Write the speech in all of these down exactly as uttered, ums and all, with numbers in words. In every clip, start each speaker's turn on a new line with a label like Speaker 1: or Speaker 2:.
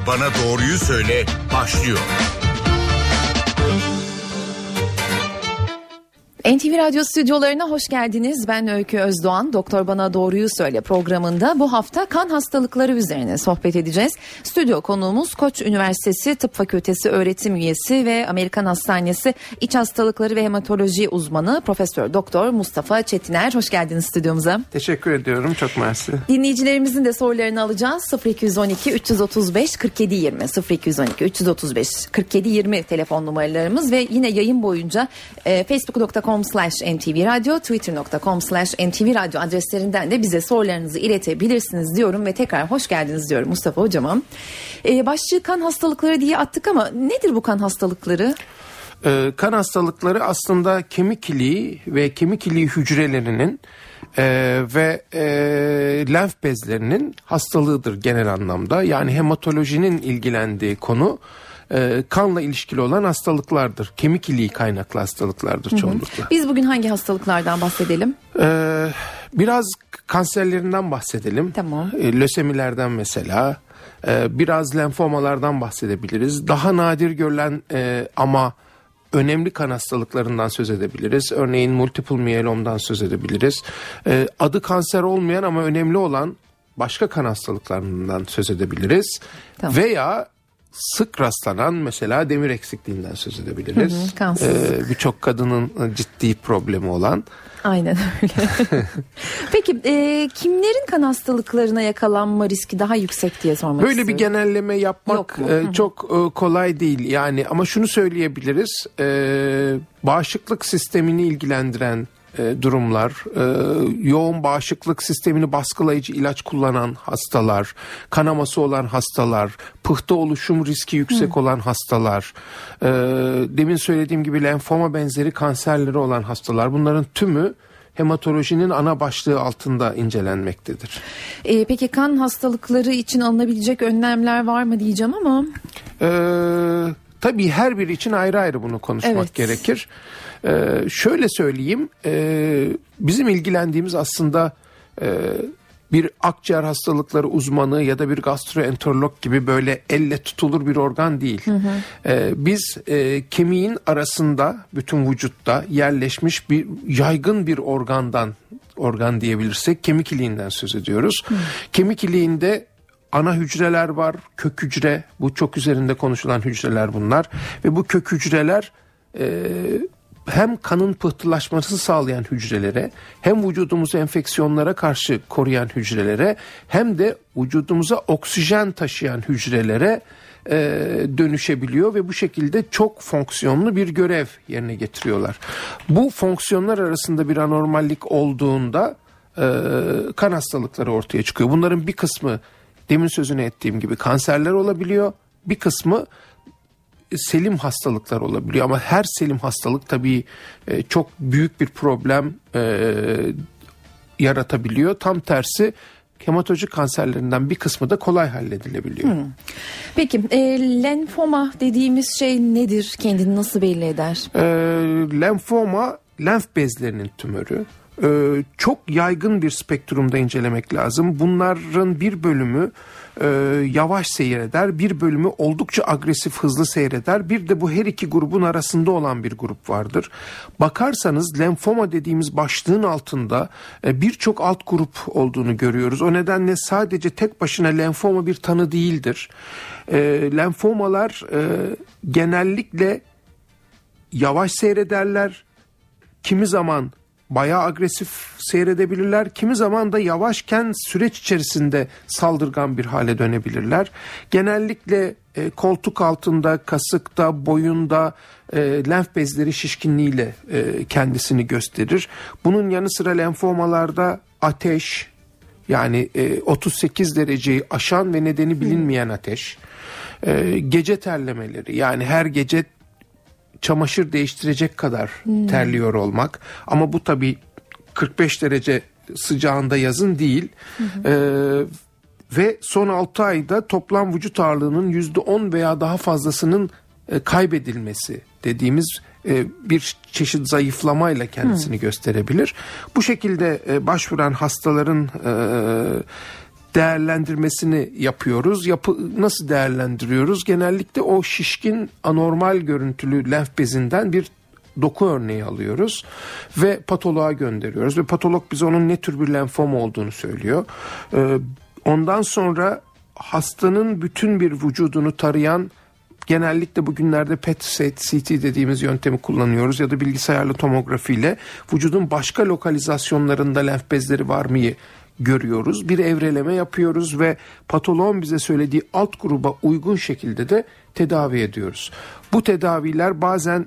Speaker 1: Bana Doğruyu Söyle başlıyor.
Speaker 2: N T V Radyo stüdyolarına hoş geldiniz. Ben Öykü Özdoğan. Doktor Bana Doğruyu Söyle programında bu hafta kan hastalıkları üzerine sohbet edeceğiz. Stüdyo konuğumuz Koç Üniversitesi Tıp Fakültesi öğretim üyesi ve Amerikan Hastanesi İç Hastalıkları ve Hematoloji uzmanı Profesör Doktor Mustafa Çetiner. Hoş geldiniz stüdyomuza.
Speaker 3: Teşekkür ediyorum. Çok mersi.
Speaker 2: Dinleyicilerimizin de sorularını alacağız. sıfır iki on iki üç otuz beş kırk yedi yirmi sıfır iki on iki üç otuz beş kırk yedi yirmi telefon numaralarımız ve yine yayın boyunca e, facebook nokta com slash N T V Radyo, twitter nokta com slash N T V Radyo adreslerinden de bize sorularınızı iletebilirsiniz diyorum ve tekrar hoş geldiniz diyorum Mustafa Hocama. Ee, başlığı kan hastalıkları diye attık ama nedir bu kan hastalıkları?
Speaker 3: Ee, kan hastalıkları aslında kemik iliği ve kemik iliği hücrelerinin e, ve e, lenf bezlerinin hastalığıdır genel anlamda. Yani hematolojinin ilgilendiği konu e, kanla ilişkili olan hastalıklardır. Kemik iliği kaynaklı hastalıklardır hı hı. çoğunlukla.
Speaker 2: Biz bugün hangi hastalıklardan bahsedelim?
Speaker 3: Ee, biraz kanserlerinden bahsedelim.
Speaker 2: Tamam.
Speaker 3: E, lösemilerden mesela. E, biraz lenfomalardan bahsedebiliriz. Daha nadir görülen e, ama önemli kan hastalıklarından söz edebiliriz. Örneğin multiple myelom'dan söz edebiliriz. E, adı kanser olmayan ama önemli olan başka kan hastalıklarından söz edebiliriz. Tamam. Veya sık rastlanan mesela demir eksikliğinden söz edebiliriz. Hı hı, kansızlık. Ee, birçok kadının ciddi problemi olan.
Speaker 2: Aynen öyle. Peki e, kimlerin kan hastalıklarına yakalanma riski daha yüksek diye sormak
Speaker 3: Böyle
Speaker 2: istiyorum.
Speaker 3: Böyle bir genelleme yapmak e, çok e, kolay değil yani, ama şunu söyleyebiliriz. E, bağışıklık sistemini ilgilendiren E, durumlar, e, yoğun bağışıklık sistemini baskılayıcı ilaç kullanan hastalar, kanaması olan hastalar, pıhtı oluşum riski yüksek Hı. olan hastalar, e, demin söylediğim gibi lenfoma benzeri kanserleri olan hastalar, bunların tümü hematolojinin ana başlığı altında incelenmektedir.
Speaker 2: E, peki kan hastalıkları için alınabilecek önlemler var mı diyeceğim ama?
Speaker 3: Eee Tabii her biri için ayrı ayrı bunu konuşmak evet. gerekir. Ee, şöyle söyleyeyim, e, bizim ilgilendiğimiz aslında e, bir akciğer hastalıkları uzmanı ya da bir gastroenterolog gibi böyle elle tutulur bir organ değil. Hı hı. Ee, biz e, kemiğin arasında bütün vücutta yerleşmiş bir yaygın bir organdan, organ diyebilirsek kemik iliğinden söz ediyoruz. Hı. Kemik iliğinde ana hücreler var, kök hücre, bu çok üzerinde konuşulan hücreler bunlar ve bu kök hücreler e, hem kanın pıhtılaşmasını sağlayan hücrelere, hem vücudumuzu enfeksiyonlara karşı koruyan hücrelere, hem de vücudumuza oksijen taşıyan hücrelere e, dönüşebiliyor ve bu şekilde çok fonksiyonlu bir görev yerine getiriyorlar. Bu fonksiyonlar arasında bir anormallik olduğunda e, kan hastalıkları ortaya çıkıyor. Bunların bir kısmı demin sözünü ettiğim gibi kanserler olabiliyor. Bir kısmı selim hastalıklar olabiliyor. Ama her selim hastalık tabii e, çok büyük bir problem e, yaratabiliyor. Tam tersi hematoloji kanserlerinden bir kısmı da kolay halledilebiliyor. Hmm.
Speaker 2: Peki e, lenfoma dediğimiz şey nedir? Kendini nasıl belli eder?
Speaker 3: E, lenfoma lenf bezlerinin tümörü. Ee, çok yaygın bir spektrumda incelemek lazım. Bunların bir bölümü e, yavaş seyreder, bir bölümü oldukça agresif, hızlı seyreder. Bir de bu her iki grubun arasında olan bir grup vardır. Bakarsanız lenfoma dediğimiz başlığın altında e, birçok alt grup olduğunu görüyoruz. O nedenle sadece tek başına lenfoma bir tanı değildir. E, lenfomalar e, genellikle yavaş seyrederler. Kimi zaman bayağı agresif seyredebilirler. Kimi zaman da yavaşken süreç içerisinde saldırgan bir hale dönebilirler. Genellikle e, koltuk altında, kasıkta, boyunda e, lenf bezleri şişkinliğiyle e, kendisini gösterir. Bunun yanı sıra lenfomalarda ateş, yani e, otuz sekiz dereceyi aşan ve nedeni bilinmeyen ateş, e, gece terlemeleri, yani her gece çamaşır değiştirecek kadar hmm. terliyor olmak. Ama bu tabii kırk beş derece sıcağında yazın değil. Hmm. Ee, ve son altı ayda toplam vücut ağırlığının yüzde on veya daha fazlasının e, kaybedilmesi dediğimiz e, bir çeşit zayıflamayla kendisini hmm. gösterebilir. Bu şekilde e, başvuran hastaların e, değerlendirmesini yapıyoruz. Yapı nasıl değerlendiriyoruz? Genellikle o şişkin anormal görüntülü lenf bezinden bir doku örneği alıyoruz ve patoloğa gönderiyoruz ve patolog bize onun ne tür bir lenfom olduğunu söylüyor. Ee, ondan sonra hastanın bütün bir vücudunu tarayan, genellikle bugünlerde P E T C T dediğimiz yöntemi kullanıyoruz ya da bilgisayarlı tomografiyle vücudun başka lokalizasyonlarında lenf bezleri var mıyı görüyoruz. Bir evreleme yapıyoruz ve patoloğun bize söylediği alt gruba uygun şekilde de tedavi ediyoruz. Bu tedaviler bazen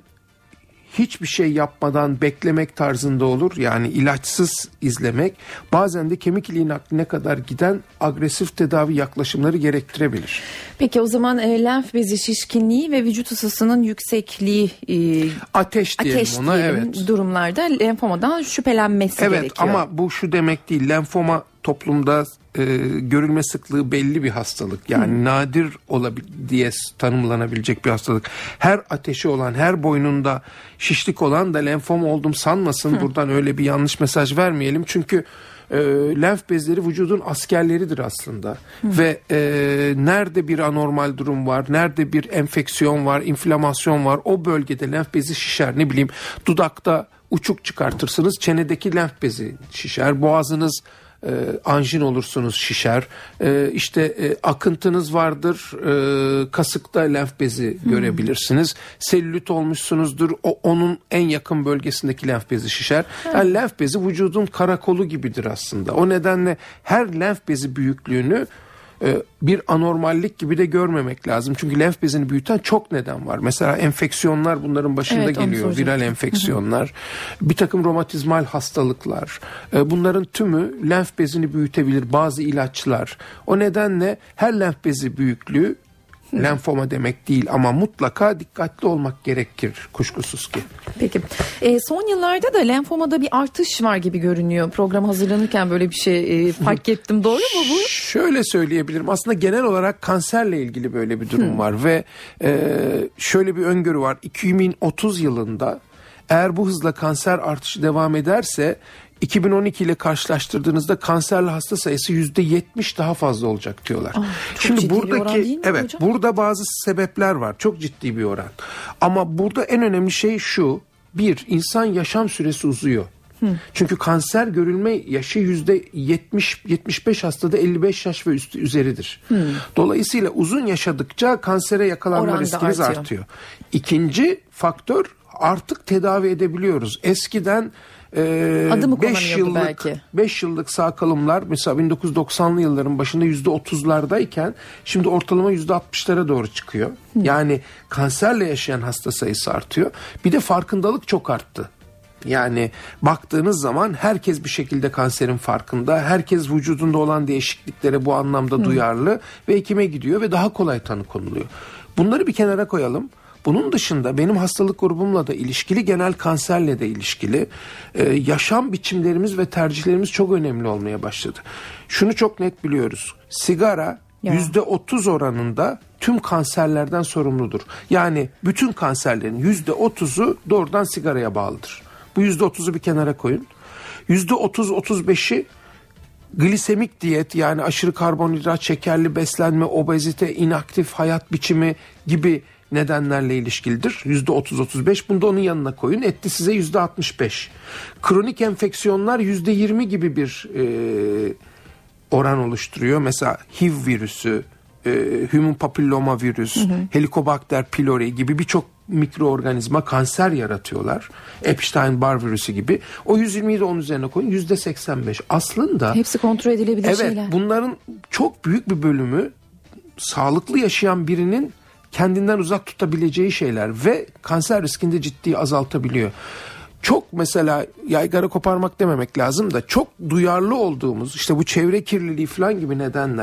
Speaker 3: hiçbir şey yapmadan beklemek tarzında olur. Yani ilaçsız izlemek. Bazen de kemik iliği nakline kadar giden agresif tedavi yaklaşımları gerektirebilir.
Speaker 2: Peki o zaman e, lenf bezi şişkinliği ve vücut ısısının yüksekliği e,
Speaker 3: ateş diyelim
Speaker 2: ateş
Speaker 3: ona
Speaker 2: diyelim,
Speaker 3: evet.
Speaker 2: durumlarda lenfomadan şüphelenmesi
Speaker 3: evet,
Speaker 2: gerekiyor.
Speaker 3: Evet ama bu şu demek değil. Lenfoma toplumda e, görülme sıklığı belli bir hastalık. Yani hmm. nadir olabilir diye tanımlanabilecek bir hastalık. Her ateşi olan, her boynunda şişlik olan da lenfom oldum sanmasın. Hmm. Buradan öyle bir yanlış mesaj vermeyelim. Çünkü e, lenf bezleri vücudun askerleridir aslında. Hmm. Ve e, nerede bir anormal durum var, nerede bir enfeksiyon var, inflamasyon var, o bölgede lenf bezi şişer. Ne bileyim, dudakta uçuk çıkartırsınız, çenedeki lenf bezi şişer, boğazınız E, anjin olursunuz şişer. E, işte e, akıntınız vardır. E, kasıkta lenf bezi hmm. görebilirsiniz. Selülit olmuşsunuzdur. O onun en yakın bölgesindeki lenf bezi şişer. Hmm. Yani lenf bezi vücudun karakolu gibidir aslında. O nedenle her lenf bezi büyüklüğünü bir anormallik gibi de görmemek lazım. Çünkü lenf bezini büyüten çok neden var. Mesela enfeksiyonlar bunların başında evet, geliyor. Viral enfeksiyonlar, bir takım romatizmal hastalıklar. Bunların tümü lenf bezini büyütebilir. Bazı ilaçlar. O nedenle her lenf bezi büyüklüğü lenfoma demek değil ama mutlaka dikkatli olmak gerekir kuşkusuz ki.
Speaker 2: Peki. E, son yıllarda da lenfomada bir artış var gibi görünüyor. Program hazırlanırken böyle bir şey e, fark ettim. Doğru mu bu?
Speaker 3: Şöyle söyleyebilirim. Aslında genel olarak kanserle ilgili böyle bir durum hmm. var ve e, şöyle bir öngörü var. iki bin otuz yılında eğer bu hızla kanser artışı devam ederse iki bin on iki ile karşılaştırdığınızda kanserli hasta sayısı yüzde yetmiş daha fazla olacak diyorlar. Aa, Şimdi buradaki evet hocam? Burada bazı sebepler var. Çok ciddi bir oran. Ama burada en önemli şey şu. Bir, insan yaşam süresi uzuyor. Hmm. Çünkü kanser görülme yaşı yüzde yetmiş yetmiş beş hastada elli beş yaş ve üstü üzeridir. Hmm. Dolayısıyla uzun yaşadıkça kansere yakalanma Oranda riskiniz artıyor. artıyor. İkinci faktör, artık tedavi edebiliyoruz. Eskiden beş yıllık belki. beş yıllık sağ kalımlar mesela bin dokuz yüz doksanlı yılların başında yüzde otuzlardayken şimdi ortalama yüzde altmışlara doğru çıkıyor. Hı. Yani kanserle yaşayan hasta sayısı artıyor. Bir de farkındalık çok arttı. Yani baktığınız zaman herkes bir şekilde kanserin farkında. Herkes vücudunda olan değişikliklere bu anlamda Hı. duyarlı ve hekime gidiyor ve daha kolay tanı konuluyor. Bunları bir kenara koyalım. Bunun dışında benim hastalık grubumla da ilişkili, genel kanserle de ilişkili e, yaşam biçimlerimiz ve tercihlerimiz çok önemli olmaya başladı. Şunu çok net biliyoruz. Sigara yüzde otuz oranında tüm kanserlerden sorumludur. Yani bütün kanserlerin yüzde otuzu doğrudan sigaraya bağlıdır. Bu yüzde otuzu bir kenara koyun. yüzde otuz otuz beşi glisemik diyet, yani aşırı karbonhidrat, şekerli beslenme, obezite, inaktif hayat biçimi gibi nedenlerle ilişkilidir. yüzde otuz otuz beş. Bunu da onun yanına koyun. Etti size yüzde altmış beş. Kronik enfeksiyonlar yüzde yirmi gibi bir e, oran oluşturuyor. Mesela H I V virüsü, e, Human Papilloma virüs, hı hı. Helicobacter pylori gibi birçok mikroorganizma kanser yaratıyorlar. Epstein-Barr virüsü gibi. O yüz yirmiyi de onun üzerine koyun. yüzde seksen beş. Aslında
Speaker 2: hepsi kontrol edilebilir
Speaker 3: evet,
Speaker 2: şeyler.
Speaker 3: Evet, bunların çok büyük bir bölümü sağlıklı yaşayan birinin kendinden uzak tutabileceği şeyler ve kanser riskini de ciddi azaltabiliyor. Çok mesela yaygara koparmak dememek lazım da çok duyarlı olduğumuz işte bu çevre kirliliği falan gibi nedenler,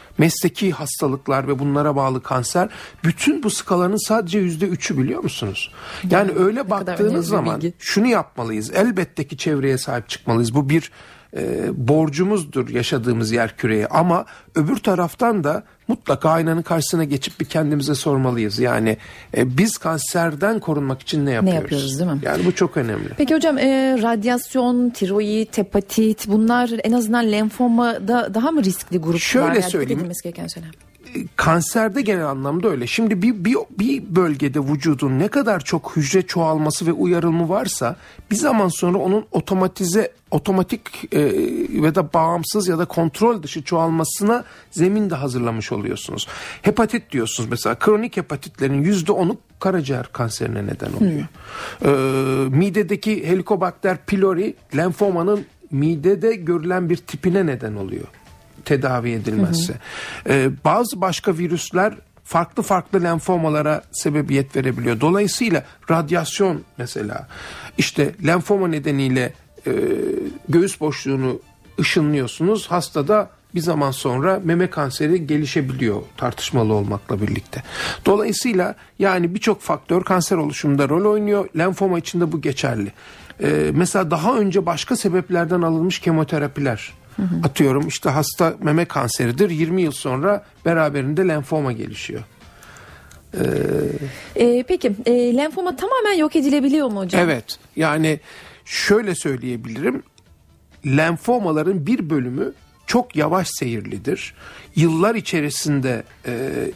Speaker 3: mesleki hastalıklar ve bunlara bağlı kanser, bütün bu skalanın sadece yüzde üçü, biliyor musunuz? Yani, yani öyle baktığınız zaman bilgi. Şunu yapmalıyız. Elbette ki çevreye sahip çıkmalıyız. Bu bir e, borcumuzdur yaşadığımız yer küreye, ama öbür taraftan da mutlaka aynanın karşısına geçip bir kendimize sormalıyız. Yani e, biz kanserden korunmak için ne yapıyoruz?
Speaker 2: Ne yapıyoruz, değil mi?
Speaker 3: Yani bu çok önemli.
Speaker 2: Peki hocam, e, radyasyon, tiroid, hepatit, bunlar en azından lenfomada daha mı riskli gruplar?
Speaker 3: Şöyle
Speaker 2: yani
Speaker 3: söyleyeyim.
Speaker 2: Gereken şeyler.
Speaker 3: Kanserde genel anlamda öyle. Şimdi bir, bir, bir bölgede vücudun ne kadar çok hücre çoğalması ve uyarılımı varsa bir zaman sonra onun otomatize, otomatik e, ve da bağımsız ya da kontrol dışı çoğalmasına zemin de hazırlamış oluyorsunuz. Hepatit diyorsunuz mesela. Kronik hepatitlerin yüzde onu karaciğer kanserine neden oluyor. Hmm. E, midedeki Helicobacter pylori lenfomanın midede görülen bir tipine neden oluyor tedavi edilmezse. Hı hı. Ee, bazı başka virüsler farklı farklı lenfomalara sebebiyet verebiliyor. Dolayısıyla radyasyon mesela, işte lenfoma nedeniyle e, göğüs boşluğunu ışınlıyorsunuz. Hastada bir zaman sonra meme kanseri gelişebiliyor, tartışmalı olmakla birlikte. Dolayısıyla yani birçok faktör kanser oluşumunda rol oynuyor. Lenfoma için de bu geçerli. Ee, mesela daha önce başka sebeplerden alınmış kemoterapiler, hı hı. atıyorum işte hasta meme kanseridir, yirmi yıl sonra beraberinde lenfoma gelişiyor. Ee,
Speaker 2: ee, peki e, lenfoma tamamen yok edilebiliyor mu hocam?
Speaker 3: Evet, yani şöyle söyleyebilirim, lenfomaların bir bölümü çok yavaş seyirlidir. Yıllar içerisinde e,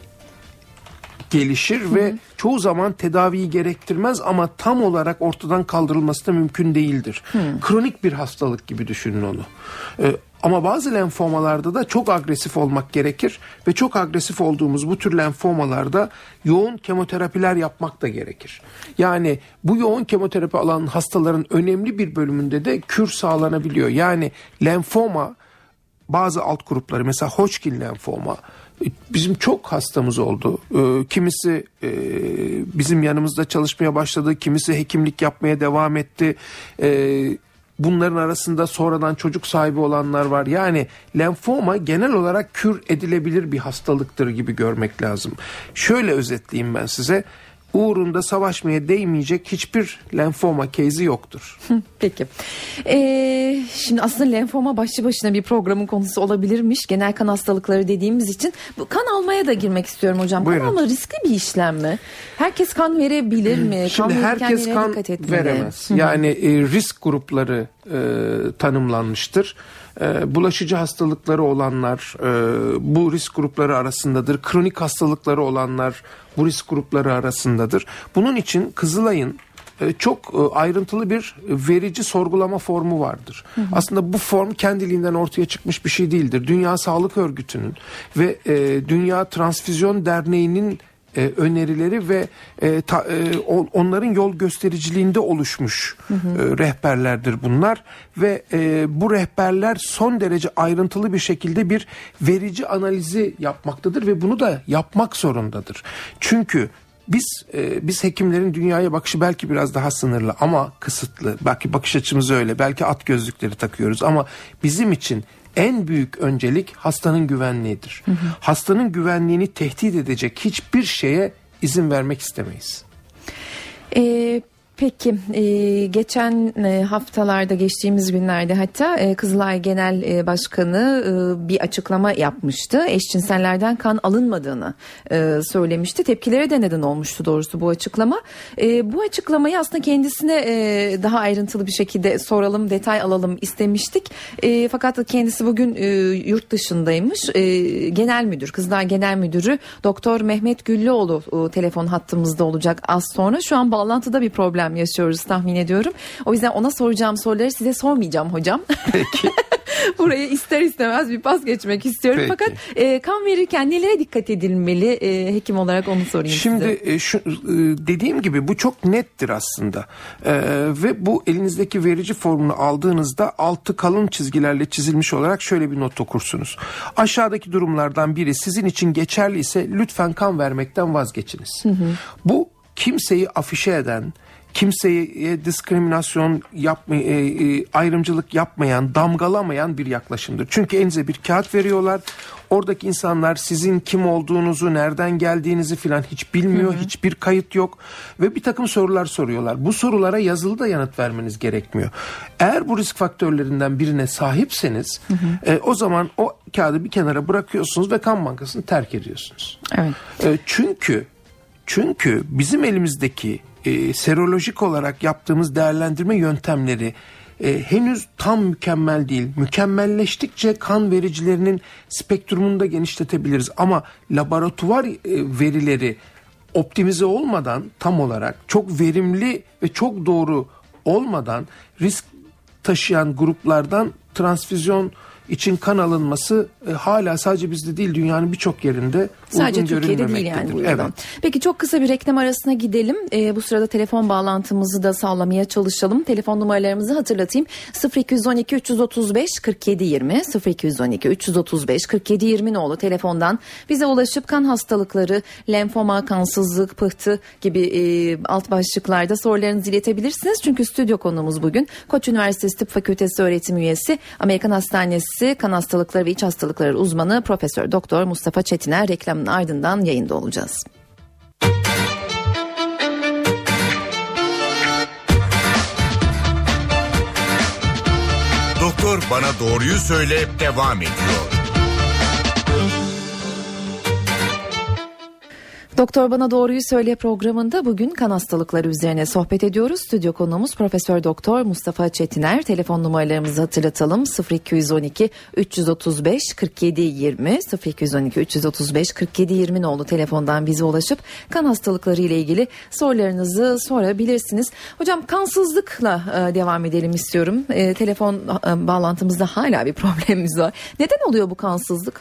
Speaker 3: gelişir, hı hı. ve çoğu zaman tedaviyi gerektirmez, ama tam olarak ortadan kaldırılması da mümkün değildir. Hı. Kronik bir hastalık gibi düşünün onu. Ee, ama bazı lenfomalarda da çok agresif olmak gerekir ve çok agresif olduğumuz bu tür lenfomalarda yoğun kemoterapiler yapmak da gerekir. Yani bu yoğun kemoterapi alan hastaların önemli bir bölümünde de kür sağlanabiliyor. Yani lenfoma bazı alt grupları, mesela Hodgkin lenfoma, bizim çok hastamız oldu. Ee, kimisi e, bizim yanımızda çalışmaya başladı, kimisi hekimlik yapmaya devam etti. Ee, bunların arasında sonradan çocuk sahibi olanlar var. Yani lenfoma genel olarak kür edilebilir bir hastalıktır gibi görmek lazım. Şöyle özetleyeyim ben size. Uğrunda savaşmaya değmeyecek hiçbir lenfoma case'i yoktur.
Speaker 2: Peki. Ee, şimdi aslında lenfoma başlı başına bir programın konusu olabilirmiş. Genel kan hastalıkları dediğimiz için. Bu kan almaya da girmek istiyorum hocam. Buyurun. Kan alma riskli bir işlem mi? Herkes kan verebilir mi?
Speaker 3: Şimdi kan herkes kan veremez. Yani e, risk grupları e, tanımlanmıştır. E, bulaşıcı hastalıkları olanlar e, bu risk grupları arasındadır. Kronik hastalıkları olanlar bu risk grupları arasındadır. Bunun için Kızılay'ın e, çok e, ayrıntılı bir verici sorgulama formu vardır. Hı hı. Aslında bu form kendiliğinden ortaya çıkmış bir şey değildir. Dünya Sağlık Örgütü'nün ve e, Dünya Transfüzyon Derneği'nin E, önerileri ve e, ta, e, onların yol göstericiliğinde oluşmuş hı hı. E, rehberlerdir bunlar ve e, bu rehberler son derece ayrıntılı bir şekilde bir verici analizi yapmaktadır ve bunu da yapmak zorundadır. Çünkü biz e, biz hekimlerin dünyaya bakışı belki biraz daha sınırlı ama kısıtlı. Belki bakış açımız öyle. Belki at gözlükleri takıyoruz ama bizim için en büyük öncelik hastanın güvenliğidir. Hı hı. Hastanın güvenliğini tehdit edecek hiçbir şeye izin vermek istemeyiz.
Speaker 2: Ee, peki e, geçen e, haftalarda, geçtiğimiz günlerde hatta e, Kızılay Genel e, Başkanı e, bir açıklama yapmıştı. Eşcinsellerden kan alınmadığını e, söylemişti. Tepkilere de neden olmuştu doğrusu bu açıklama. E, bu açıklamayı aslında kendisine e, daha ayrıntılı bir şekilde soralım, detay alalım istemiştik. E, fakat kendisi bugün e, yurt dışındaymış. E, Genel Müdür, Kızılay Genel Müdürü Doktor Mehmet Güllüoğlu e, telefon hattımızda olacak az sonra. Şu an bağlantıda bir problem yaşıyoruz tahmin ediyorum. O yüzden ona soracağım soruları size sormayacağım hocam. Peki. Buraya ister istemez bir pas geçmek istiyorum. Peki. Fakat e, kan verirken nelere dikkat edilmeli e, hekim olarak onu sorayım
Speaker 3: Şimdi,
Speaker 2: size.
Speaker 3: Şimdi e, şu, e, dediğim gibi bu çok nettir aslında. E, ve bu elinizdeki verici formunu aldığınızda altı kalın çizgilerle çizilmiş olarak şöyle bir not okursunuz. Aşağıdaki durumlardan biri sizin için geçerli ise lütfen kan vermekten vazgeçiniz. Hı hı. Bu kimseyi afişe eden, kimseye diskriminasyon yapma, e, e, ayrımcılık yapmayan, damgalamayan bir yaklaşımdır. Çünkü elinize bir kağıt veriyorlar. Oradaki insanlar sizin kim olduğunuzu, nereden geldiğinizi filan hiç bilmiyor. Hı hı. Hiçbir kayıt yok. Ve bir takım sorular soruyorlar. Bu sorulara yazılı da yanıt vermeniz gerekmiyor. Eğer bu risk faktörlerinden birine sahipseniz hı hı. E, o zaman o kağıdı bir kenara bırakıyorsunuz ve kan bankasını terk ediyorsunuz. Evet. E, çünkü çünkü bizim elimizdeki e, serolojik olarak yaptığımız değerlendirme yöntemleri E, henüz tam mükemmel değil. Mükemmelleştikçe kan vericilerinin spektrumunu da genişletebiliriz. Ama laboratuvar e, verileri optimize olmadan tam olarak çok verimli ve çok doğru olmadan risk taşıyan gruplardan transfüzyon için kan alınması e, hala sadece bizde değil dünyanın birçok yerinde
Speaker 2: sadece
Speaker 3: uygun
Speaker 2: Türkiye'de değil yani bu
Speaker 3: evet.
Speaker 2: Peki çok kısa bir reklam arasına gidelim. E, bu sırada telefon bağlantımızı da sağlamaya çalışalım. Telefon numaralarımızı hatırlatayım. sıfır iki on iki üç otuz beş kırk yedi yirmi sıfır iki on iki üç otuz beş kırk yedi yirmi nolu telefondan bize ulaşıp kan hastalıkları, lenfoma, kansızlık, pıhtı gibi e, alt başlıklarda sorularınızı iletebilirsiniz. Çünkü stüdyo konuğumuz bugün Koç Üniversitesi Tıp Fakültesi öğretim üyesi, Amerikan Hastanesi kan hastalıkları ve iç hastalıkları uzmanı Profesör Doktor Mustafa Çetiner. Reklamın ardından yayında olacağız.
Speaker 1: Doktor Bana Doğruyu Söyle devam ediyor.
Speaker 2: Doktor Bana Doğruyu Söyle programında bugün kan hastalıkları üzerine sohbet ediyoruz. Stüdyo konuğumuz Profesör Doktor Mustafa Çetiner. Telefon numaralarımızı hatırlatalım. sıfır iki on iki üç otuz beş kırk yedi yirmi sıfır iki on iki üç otuz beş kırk yedi yirmi nolu telefondan bize ulaşıp kan hastalıkları ile ilgili sorularınızı sorabilirsiniz. Hocam kansızlıkla e, devam edelim istiyorum. E, telefon e, bağlantımızda hala bir problemimiz var. Neden oluyor bu kansızlık?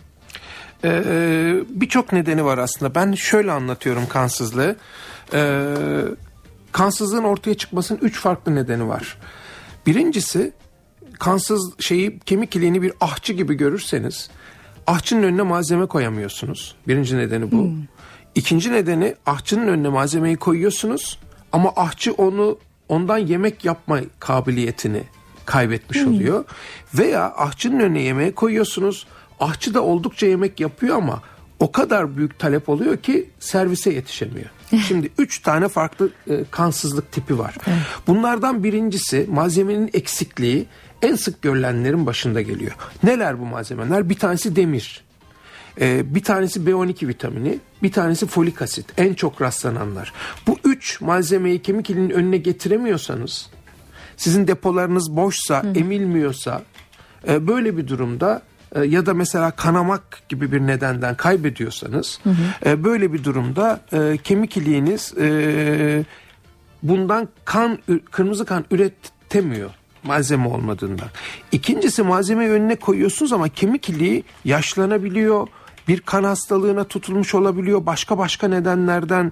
Speaker 3: Ee, birçok nedeni var aslında. Ben şöyle anlatıyorum kansızlığı. Ee, kansızlığın ortaya çıkmasının üç farklı nedeni var. Birincisi, kansız şeyi, kemik iliğini bir ahçı gibi görürseniz ahçının önüne malzeme koyamıyorsunuz. Birinci nedeni bu. Hmm. İkinci nedeni, ahçının önüne malzemeyi koyuyorsunuz ama ahçı onu ondan yemek yapma kabiliyetini kaybetmiş hmm. oluyor. Veya ahçının önüne yemeği koyuyorsunuz. Ahçı da oldukça yemek yapıyor ama o kadar büyük talep oluyor ki servise yetişemiyor. Şimdi üç tane farklı e, kansızlık tipi var. Evet. Bunlardan birincisi, malzemenin eksikliği en sık görülenlerin başında geliyor. Neler bu malzemeler? Bir tanesi demir. E, bir tanesi B on iki vitamini. Bir tanesi folik asit. En çok rastlananlar. Bu üç malzemeyi kemik iliğinin önüne getiremiyorsanız, sizin depolarınız boşsa, Hı. emilmiyorsa, e, böyle bir durumda ya da mesela kanamak gibi bir nedenden kaybediyorsanız hı hı. böyle bir durumda kemik iliğiniz bundan kan, kırmızı kan üretemiyor malzeme olmadığından. İkincisi, malzemeyi önüne koyuyorsunuz ama kemik iliği yaşlanabiliyor, bir kan hastalığına tutulmuş olabiliyor, başka başka nedenlerden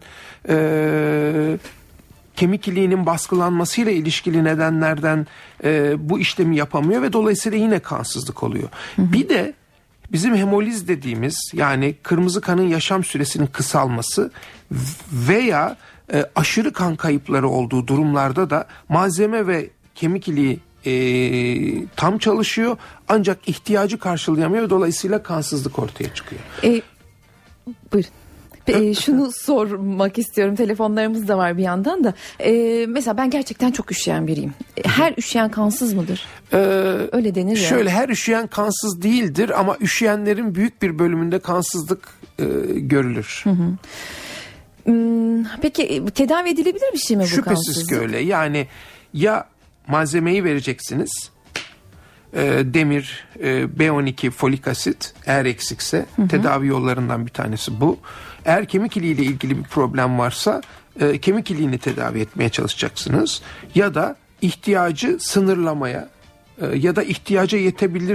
Speaker 3: e, kemik iliğinin baskılanmasıyla ilişkili nedenlerden e, bu işlemi yapamıyor ve dolayısıyla yine kansızlık oluyor. Hı hı. Bir de bizim hemoliz dediğimiz, yani kırmızı kanın yaşam süresinin kısalması veya e, aşırı kan kayıpları olduğu durumlarda da malzeme ve kemik iliği e, tam çalışıyor ancak ihtiyacı karşılayamıyor ve dolayısıyla kansızlık ortaya çıkıyor.
Speaker 2: E, buyurun. E, şunu sormak istiyorum, telefonlarımız da var bir yandan da. E, mesela ben gerçekten çok üşüyen biriyim. Her üşüyen kansız mıdır? Ee, Öyle denir ya.
Speaker 3: Şöyle, her üşüyen kansız değildir ama üşüyenlerin büyük bir bölümünde kansızlık e, görülür. Hı hı.
Speaker 2: Hmm, peki tedavi edilebilir bir şey mi bu
Speaker 3: Şüphesiz
Speaker 2: kansızlık?
Speaker 3: Şüphesiz ki öyle. Yani ya malzemeyi vereceksiniz. E, demir, e, B on iki, folik asit eğer eksikse, hı hı. tedavi yollarından bir tanesi bu. Eğer kemik iliği ile ilgili bir problem varsa e, kemik iliğini tedavi etmeye çalışacaksınız. Ya da ihtiyacı sınırlamaya e, ya da ihtiyaca yetebilir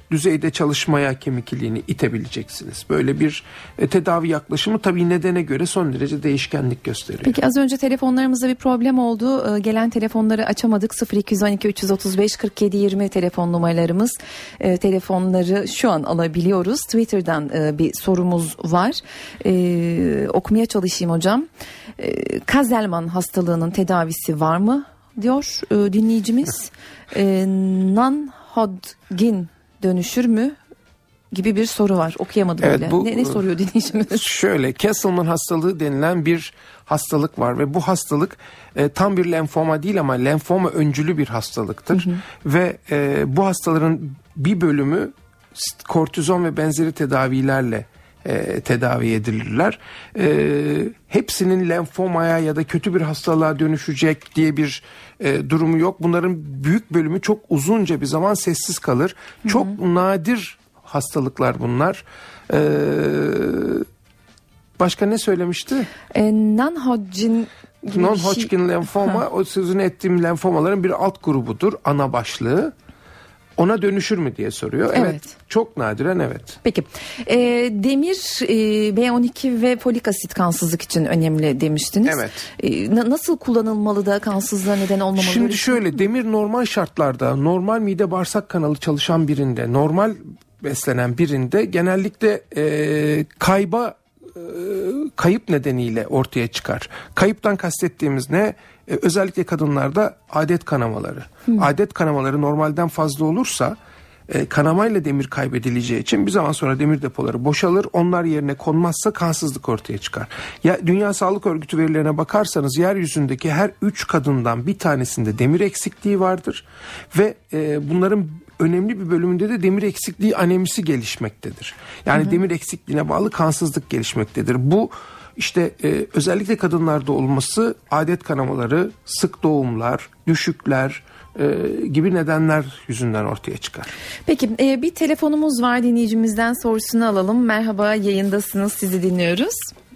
Speaker 3: düzeyde çalışmaya kemik iliğini itebileceksiniz. Böyle bir e, tedavi yaklaşımı tabii nedene göre son derece değişkenlik gösteriyor.
Speaker 2: Peki az önce telefonlarımızda bir problem oldu. Ee, gelen telefonları açamadık. sıfır iki yüz on iki üç yüz otuz beş kırk yedi yirmi telefon numaralarımız. Ee, telefonları şu an alabiliyoruz. Twitter'dan e, bir sorumuz var. Ee, okumaya çalışayım hocam. Ee, Kazelman hastalığının tedavisi var mı diyor e, dinleyicimiz. e, Non-Hodgkin dönüşür mü gibi bir soru var. Okuyamadım
Speaker 3: evet,
Speaker 2: öyle.
Speaker 3: Bu,
Speaker 2: ne, ne soruyor dinleyicimiz?
Speaker 3: Şöyle, Castleman hastalığı denilen bir hastalık var ve bu hastalık e, tam bir lenfoma değil ama lenfoma öncülü bir hastalıktır. Hı hı. Ve e, bu hastaların bir bölümü kortizon ve benzeri tedavilerle E, tedavi edilirler. E, hepsinin lenfomaya ya da kötü bir hastalığa dönüşecek diye bir e, durumu yok. Bunların büyük bölümü çok uzunca bir zaman sessiz kalır. Hı hı. Çok nadir hastalıklar bunlar. E, başka ne söylemişti?
Speaker 2: E, Non-Hodgkin
Speaker 3: Non-Hodgkin şey... lenfoma, o sözünü ettiğim lenfomaların bir alt grubudur, ana başlığı. Ona dönüşür mü diye soruyor. Evet. evet çok nadiren evet.
Speaker 2: Peki. E, demir, e, B on iki ve folik asit kansızlık için önemli demiştiniz. Evet. E, na, nasıl kullanılmalı da kansızlığa neden olmamalı?
Speaker 3: Şimdi şöyle, demir normal şartlarda, normal mide bağırsak kanalı çalışan birinde, normal beslenen birinde genellikle e, kayba kayıp nedeniyle ortaya çıkar. Kayıptan kastettiğimiz ne? Ee, özellikle kadınlarda adet kanamaları. Hmm. Adet kanamaları normalden fazla olursa e, kanamayla demir kaybedileceği için bir zaman sonra demir depoları boşalır. Onlar yerine konmazsa kansızlık ortaya çıkar. Ya Dünya Sağlık Örgütü verilerine bakarsanız yeryüzündeki her üç kadından bir tanesinde demir eksikliği vardır ve e, bunların önemli bir bölümünde de demir eksikliği anemisi gelişmektedir. Yani hı hı. demir eksikliğine bağlı kansızlık gelişmektedir. Bu işte e, özellikle kadınlarda olması adet kanamaları, sık doğumlar, düşükler e, gibi nedenler yüzünden ortaya çıkar.
Speaker 2: Peki e, bir telefonumuz var, dinleyicimizden sorusunu alalım. Merhaba, yayındasınız, sizi dinliyoruz.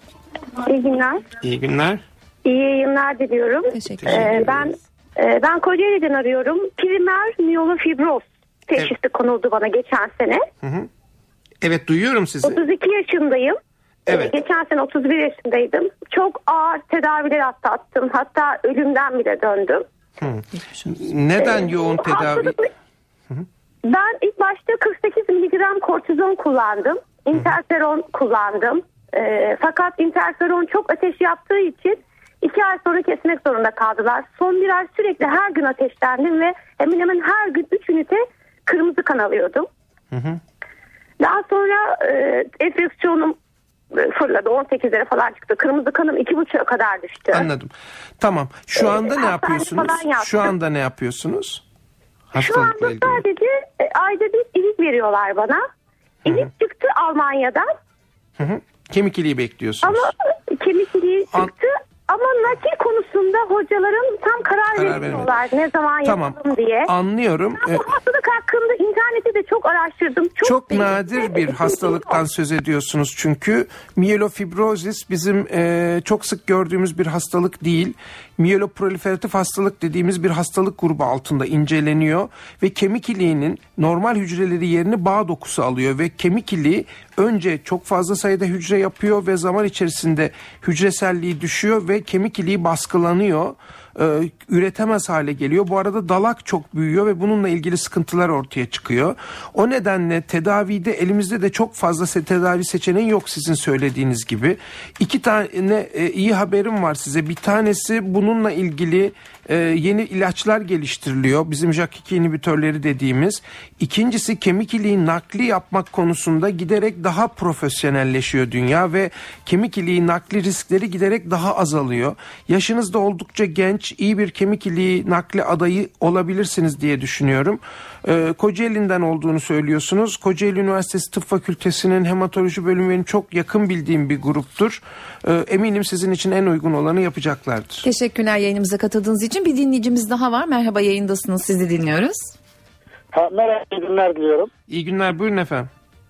Speaker 4: İyi günler.
Speaker 3: İyi günler.
Speaker 4: İyi yayınlar diliyorum.
Speaker 2: Teşekkür ederim.
Speaker 4: Ee, ben e, ben Kocaeli'den arıyorum. Primer miyelofibroz teşhisi evet. konuldu bana geçen sene.
Speaker 3: Hı hı. Evet, duyuyorum sizi.
Speaker 4: otuz iki yaşındayım.
Speaker 3: Evet.
Speaker 4: Ee, geçen sene otuz bir yaşındaydım. Çok ağır tedaviler atlattım. Hatta ölümden bile döndüm.
Speaker 3: Hı. Neden ee, yoğun tedavi? Hı hı.
Speaker 4: Ben ilk başta kırk sekiz miligram kortizon kullandım. İnterferon kullandım. Ee, fakat interferon çok ateş yaptığı için iki ay sonra kesmek zorunda kaldılar. Son bir ay sürekli her gün ateşlendim ve hemen hemen her gün üç ünite kırmızı kan alıyordum. Hı hı. Daha sonra e, enfeksiyonum fırladı, on sekizlere falan çıktı. Kırmızı kanım iki buçuğa kadar düştü.
Speaker 3: Anladım. Tamam. Şu anda ee, ne yapıyorsunuz? Şu anda ne yapıyorsunuz?
Speaker 4: Şu anda ilgili. Sadece e, ayda bir ilik veriyorlar bana. İlik Hı-hı. çıktı Almanya'dan.
Speaker 3: Hı-hı. Kemik iliği bekliyorsunuz.
Speaker 4: Ama kemik iliği An- çıktı. Ama nakil konusunda hocaların tam karar, karar veriyorlar. Ne zaman
Speaker 3: tamam.
Speaker 4: yapalım diye.
Speaker 3: Anlıyorum.
Speaker 4: Ben bu hastalık hakkında internette de çok araştırdım. Çok,
Speaker 3: çok nadir bir hastalıktan söz ediyorsunuz çünkü. Miyelofibrozis bizim e, çok sık gördüğümüz bir hastalık değil. Miyeloproliferatif hastalık dediğimiz bir hastalık grubu altında inceleniyor ve kemik iliğinin normal hücreleri yerini bağ dokusu alıyor ve kemik iliği önce çok fazla sayıda hücre yapıyor ve zaman içerisinde hücreselliği düşüyor ve kemik iliği baskılanıyor. Ee, üretemez hale geliyor. Bu arada dalak çok büyüyor ve bununla ilgili sıkıntılar ortaya çıkıyor. O nedenle tedavide elimizde de çok fazla tedavi seçeneği yok sizin söylediğiniz gibi. İki tane e, iyi haberim var size. Bir tanesi bununla ilgili e, yeni ilaçlar geliştiriliyor. Bizim J A K iki inhibitörleri dediğimiz. İkincisi kemik iliği nakli yapmak konusunda giderek daha profesyonelleşiyor dünya ve kemik iliği nakli riskleri giderek daha azalıyor. Yaşınız da oldukça genç, iyi bir kemik iliği nakli adayı olabilirsiniz diye düşünüyorum. Ee, Kocaeli'nden olduğunu söylüyorsunuz. Kocaeli Üniversitesi Tıp Fakültesi'nin hematoloji bölümü benim çok yakın bildiğim bir gruptur. Ee, eminim sizin için en uygun olanı yapacaklardır.
Speaker 2: Teşekkürler yayınımıza katıldığınız için. Bir dinleyicimiz daha var. Merhaba, yayındasınız. Sizi dinliyoruz.
Speaker 5: Ha, merhaba, iyi günler diliyorum.
Speaker 3: İyi günler, buyurun efendim.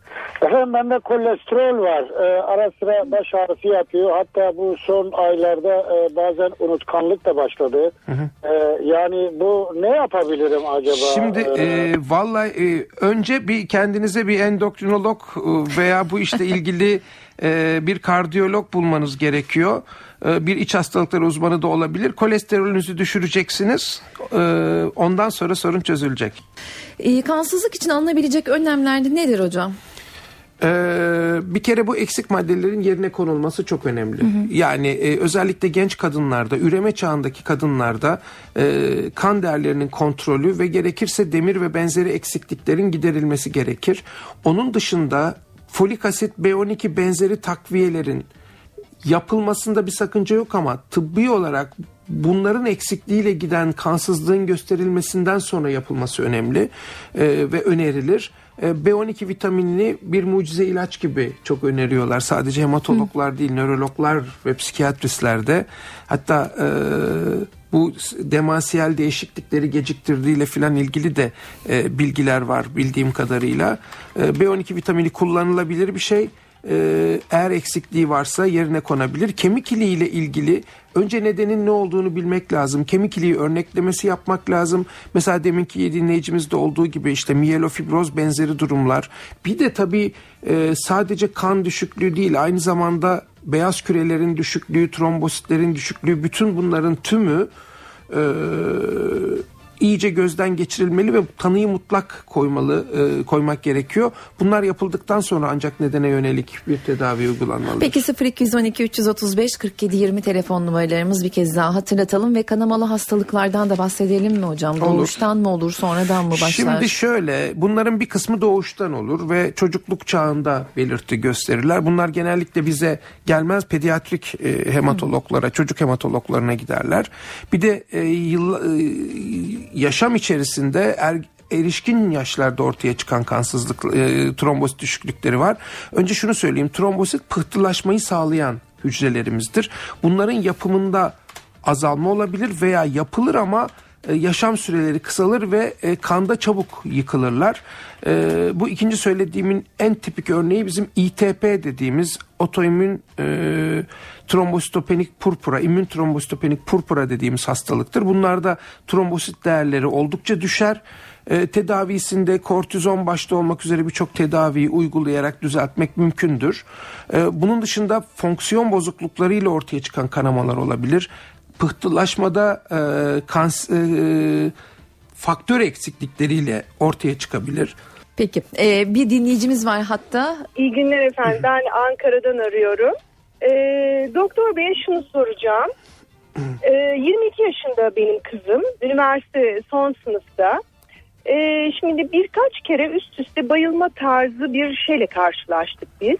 Speaker 5: Efendim bende kolesterol var. Ee, ara sıra baş ağrısı yapıyor. Hatta bu son aylarda e, bazen unutkanlık da başladı. Hı hı. Ee, yani bu ne yapabilirim acaba?
Speaker 3: Şimdi
Speaker 5: ee,
Speaker 3: e, vallahi e, önce bir kendinize bir endokrinolog e, veya bu işle ilgili e, bir kardiyolog bulmanız gerekiyor. E, bir iç hastalıkları uzmanı da olabilir. Kolesterolünüzü düşüreceksiniz. E, ondan sonra sorun çözülecek.
Speaker 2: E, kansızlık için alınabilecek önlemler nedir hocam?
Speaker 3: Ee, bir kere bu eksik maddelerin yerine konulması çok önemli. Hı hı. Yani e, özellikle genç kadınlarda, üreme çağındaki kadınlarda e, kan değerlerinin kontrolü ve gerekirse demir ve benzeri eksikliklerin giderilmesi gerekir. Onun dışında folik asit, B on iki benzeri takviyelerin yapılmasında bir sakınca yok ama tıbbi olarak bunların eksikliğiyle giden kansızlığın gösterilmesinden sonra yapılması önemli e, ve önerilir. E, B on iki vitaminini bir mucize ilaç gibi çok öneriyorlar. Sadece hematologlar Hı. değil, nörologlar ve psikiyatristler de. Hatta e, bu demansiyel değişiklikleri geciktirdiğiyle filan ilgili de e, bilgiler var bildiğim kadarıyla. E, B on iki vitamini kullanılabilir bir şey. Ee, eğer eksikliği varsa yerine konabilir. Kemik iliği ile ilgili önce nedenin ne olduğunu bilmek lazım. Kemik iliği örneklemesi yapmak lazım. Mesela deminki dinleyicimizde olduğu gibi işte miyelofibroz benzeri durumlar. Bir de tabii e, sadece kan düşüklüğü değil, aynı zamanda beyaz kürelerin düşüklüğü, trombositlerin düşüklüğü, bütün bunların tümü e, iyice gözden geçirilmeli ve tanıyı mutlak koymalı, e, koymak gerekiyor. Bunlar yapıldıktan sonra ancak nedene yönelik bir tedavi uygulanmalıdır.
Speaker 2: Peki sıfır iki on iki üç otuz beş kırk yedi yirmi telefon numaralarımız bir kez daha hatırlatalım ve kanamalı hastalıklardan da bahsedelim mi hocam? Olur. Doğuştan mı olur, sonradan mı başlar?
Speaker 3: Şimdi şöyle, bunların bir kısmı doğuştan olur ve çocukluk çağında belirti gösterirler. Bunlar genellikle bize gelmez, pediatrik e, hematologlara, Hı. çocuk hematologlarına giderler. Bir de e, yıl e, yaşam içerisinde er, erişkin yaşlarda ortaya çıkan kansızlık, e, trombosit düşüklükleri var. Önce şunu söyleyeyim, trombosit pıhtılaşmayı sağlayan hücrelerimizdir. Bunların yapımında azalma olabilir veya yapılır ama e, yaşam süreleri kısalır ve e, kanda çabuk yıkılırlar. E, bu ikinci söylediğimin en tipik örneği bizim İ T P dediğimiz otoimmün e, trombositopenik purpura, immün trombositopenik purpura dediğimiz hastalıktır. Bunlarda trombosit değerleri oldukça düşer. E, tedavisinde kortizon başta olmak üzere birçok tedaviyi uygulayarak düzeltmek mümkündür. E, bunun dışında fonksiyon bozukluklarıyla ortaya çıkan kanamalar olabilir. Pıhtılaşmada e, kans, e, faktör eksiklikleriyle ortaya çıkabilir.
Speaker 2: Peki ee, bir dinleyicimiz var hatta.
Speaker 6: İyi günler efendim, ben Ankara'dan arıyorum. Ee, doktor Bey'e şunu soracağım. Ee, yirmi iki yaşında benim kızım, üniversite son sınıfta. Ee, şimdi birkaç kere üst üste bayılma tarzı bir şeyle karşılaştık biz.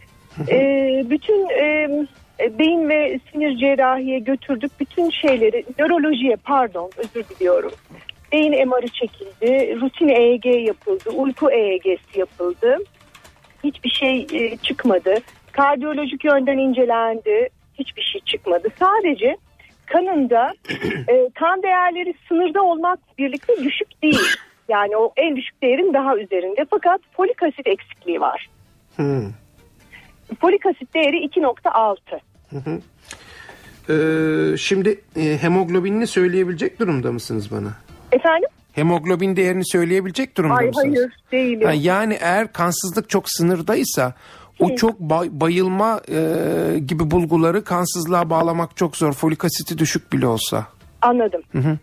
Speaker 6: Ee, bütün e, beyin ve sinir cerrahiye götürdük, bütün şeyleri, nörolojiye pardon özür diliyorum. Beyin M R'ı çekildi, rutin E E G yapıldı, uyku E E G'si yapıldı. Hiçbir şey e, çıkmadı. Kardiyolojik yönden incelendi, hiçbir şey çıkmadı. Sadece kanında e, kan değerleri sınırda olmak birlikte düşük değil. Yani o en düşük değerin daha üzerinde. Fakat folik asit eksikliği var. Hmm. Folik asit değeri iki nokta altı.
Speaker 3: Hı hı. Ee, şimdi e, hemoglobinini söyleyebilecek durumda mısınız bana?
Speaker 6: Efendim?
Speaker 3: Hemoglobin değerini söyleyebilecek durumda
Speaker 6: Ay,
Speaker 3: mısınız?
Speaker 6: Hayır değilim.
Speaker 3: Ha, yani eğer kansızlık çok sınırdaysa o çok bay, bayılma e, gibi bulguları kansızlığa bağlamak çok zor. Folik asiti düşük bile olsa.
Speaker 6: Anladım.
Speaker 3: Hı hı.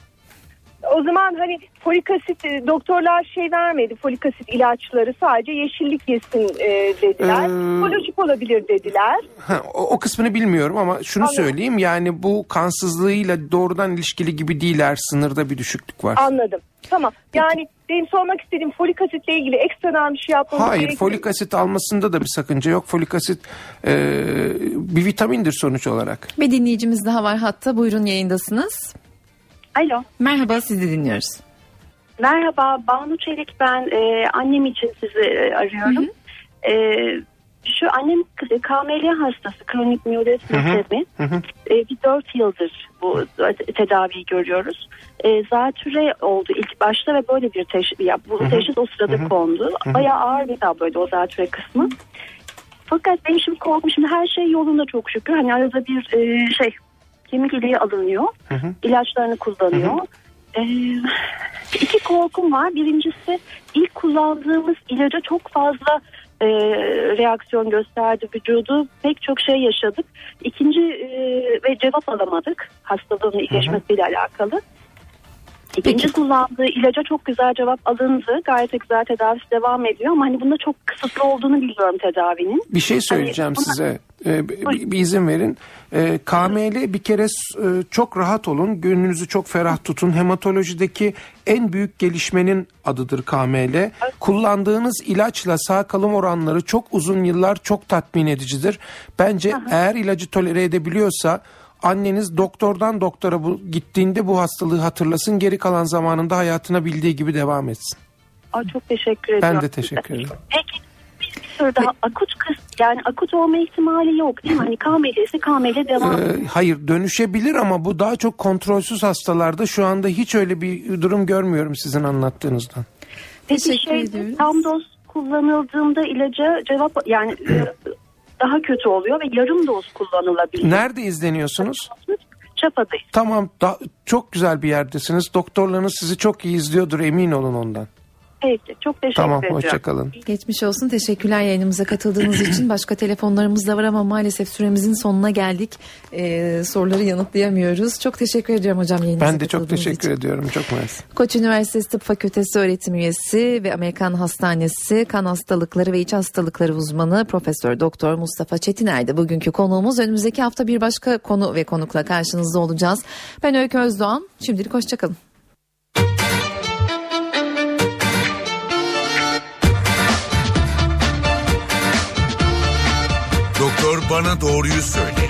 Speaker 6: O zaman hani folik asit doktorlar şey vermedi, folik asit ilaçları, sadece yeşillik yesin e, dediler. Ee, Kolojik olabilir dediler.
Speaker 3: Ha, o, o kısmını bilmiyorum ama şunu Anladım. söyleyeyim, yani bu kansızlığıyla doğrudan ilişkili gibi değil eğer sınırda bir düşüklük var.
Speaker 6: Anladım. Tamam. Yani benim sormak istediğim folik asitle ilgili ekstradan bir şey yapmamız
Speaker 3: Hayır,
Speaker 6: gerekiyor.
Speaker 3: folik asit almasında da bir sakınca yok. Folik asit e, bir vitamindir sonuç olarak.
Speaker 2: Bir dinleyicimiz daha var hatta, buyurun, yayındasınız.
Speaker 7: Alo.
Speaker 2: Merhaba, sizi dinliyoruz.
Speaker 7: Merhaba, Banu Çelik ben. E, annem için sizi e, arıyorum. E, şu annem K M L hastası, kronik miyelöz sistemi. E, bir dört yıldır bu tedaviyi görüyoruz. E, zatüre oldu ilk başta ve böyle bir teşhis, ya, bu teşhis o sırada Hı-hı. kondu. Hı-hı. Bayağı ağır bir tabloydu o zatüre kısmı. Fakat benim şimdi korkum, şimdi her şey yolunda çok şükür. Hani arada bir e, şey kemik iliği alınıyor. Hı-hı. İlaçlarını kullanıyor. Hı-hı. E, iki korkum var. Birincisi, ilk kullandığımız ilaca çok fazla e, reaksiyon gösterdi vücudu. Pek çok şey yaşadık. İkinci e, ve cevap alamadık hastalığın iyileşmesiyle alakalı. İkinci Peki. kullandığı ilaca çok güzel cevap alındı. Gayet güzel tedavisi devam ediyor ama hani bunda çok kısıtlı olduğunu biliyorum tedavinin.
Speaker 3: Bir şey söyleyeceğim hani buna... size. Ee, bir, bir izin verin. Ee, K M L bir kere e, çok rahat olun. Gönlünüzü çok ferah tutun. Hematolojideki en büyük gelişmenin adıdır K M L. Evet. Kullandığınız ilaçla sağ kalım oranları çok uzun yıllar çok tatmin edicidir. Bence Aha. eğer ilacı tolere edebiliyorsa anneniz doktordan doktora bu, gittiğinde bu hastalığı hatırlasın. Geri kalan zamanında hayatına bildiği gibi devam etsin.
Speaker 7: Aa, çok teşekkür ediyorum.
Speaker 3: Ben de teşekkür ederim.
Speaker 7: Peki bir soru daha. Akut kız, yani akut olma ihtimali yok değil mi? Hani K M L ise K M L devam
Speaker 3: ee, Hayır, dönüşebilir ama bu daha çok kontrolsüz hastalarda. Şu anda hiç öyle bir durum görmüyorum sizin anlattığınızdan.
Speaker 7: Peki
Speaker 2: teşekkür
Speaker 7: şey,
Speaker 2: ediyoruz.
Speaker 7: Tam doz kullanıldığında ilaca cevap yani daha kötü oluyor ve yarım doz kullanılabilir.
Speaker 3: Nerede izleniyorsunuz?
Speaker 7: Çapa'dayız.
Speaker 3: Tamam, da, çok güzel bir yerdesiniz. Doktorlarınız sizi çok iyi izliyordur, emin olun ondan.
Speaker 7: Peki, çok teşekkür
Speaker 3: tamam,
Speaker 7: ediyorum.
Speaker 3: Tamam, hoşçakalın.
Speaker 2: Geçmiş olsun, teşekkürler yayınımıza katıldığınız için. Başka telefonlarımız da var ama maalesef süremizin sonuna geldik. Ee, soruları yanıtlayamıyoruz. Çok teşekkür ediyorum hocam yayınımıza
Speaker 3: Ben de çok teşekkür
Speaker 2: için.
Speaker 3: ediyorum. Çok mersi.
Speaker 2: Koç Üniversitesi Tıp Fakültesi öğretim üyesi ve Amerikan Hastanesi Kan Hastalıkları ve İç Hastalıkları uzmanı Profesör Doktor Mustafa Çetiner'di bugünkü konuğumuz. Önümüzdeki hafta bir başka konu ve konukla karşınızda olacağız. Ben Öykü Özdoğan. Şimdilik hoşçakalın.
Speaker 1: Doktor Bana Doğruyu Söyle.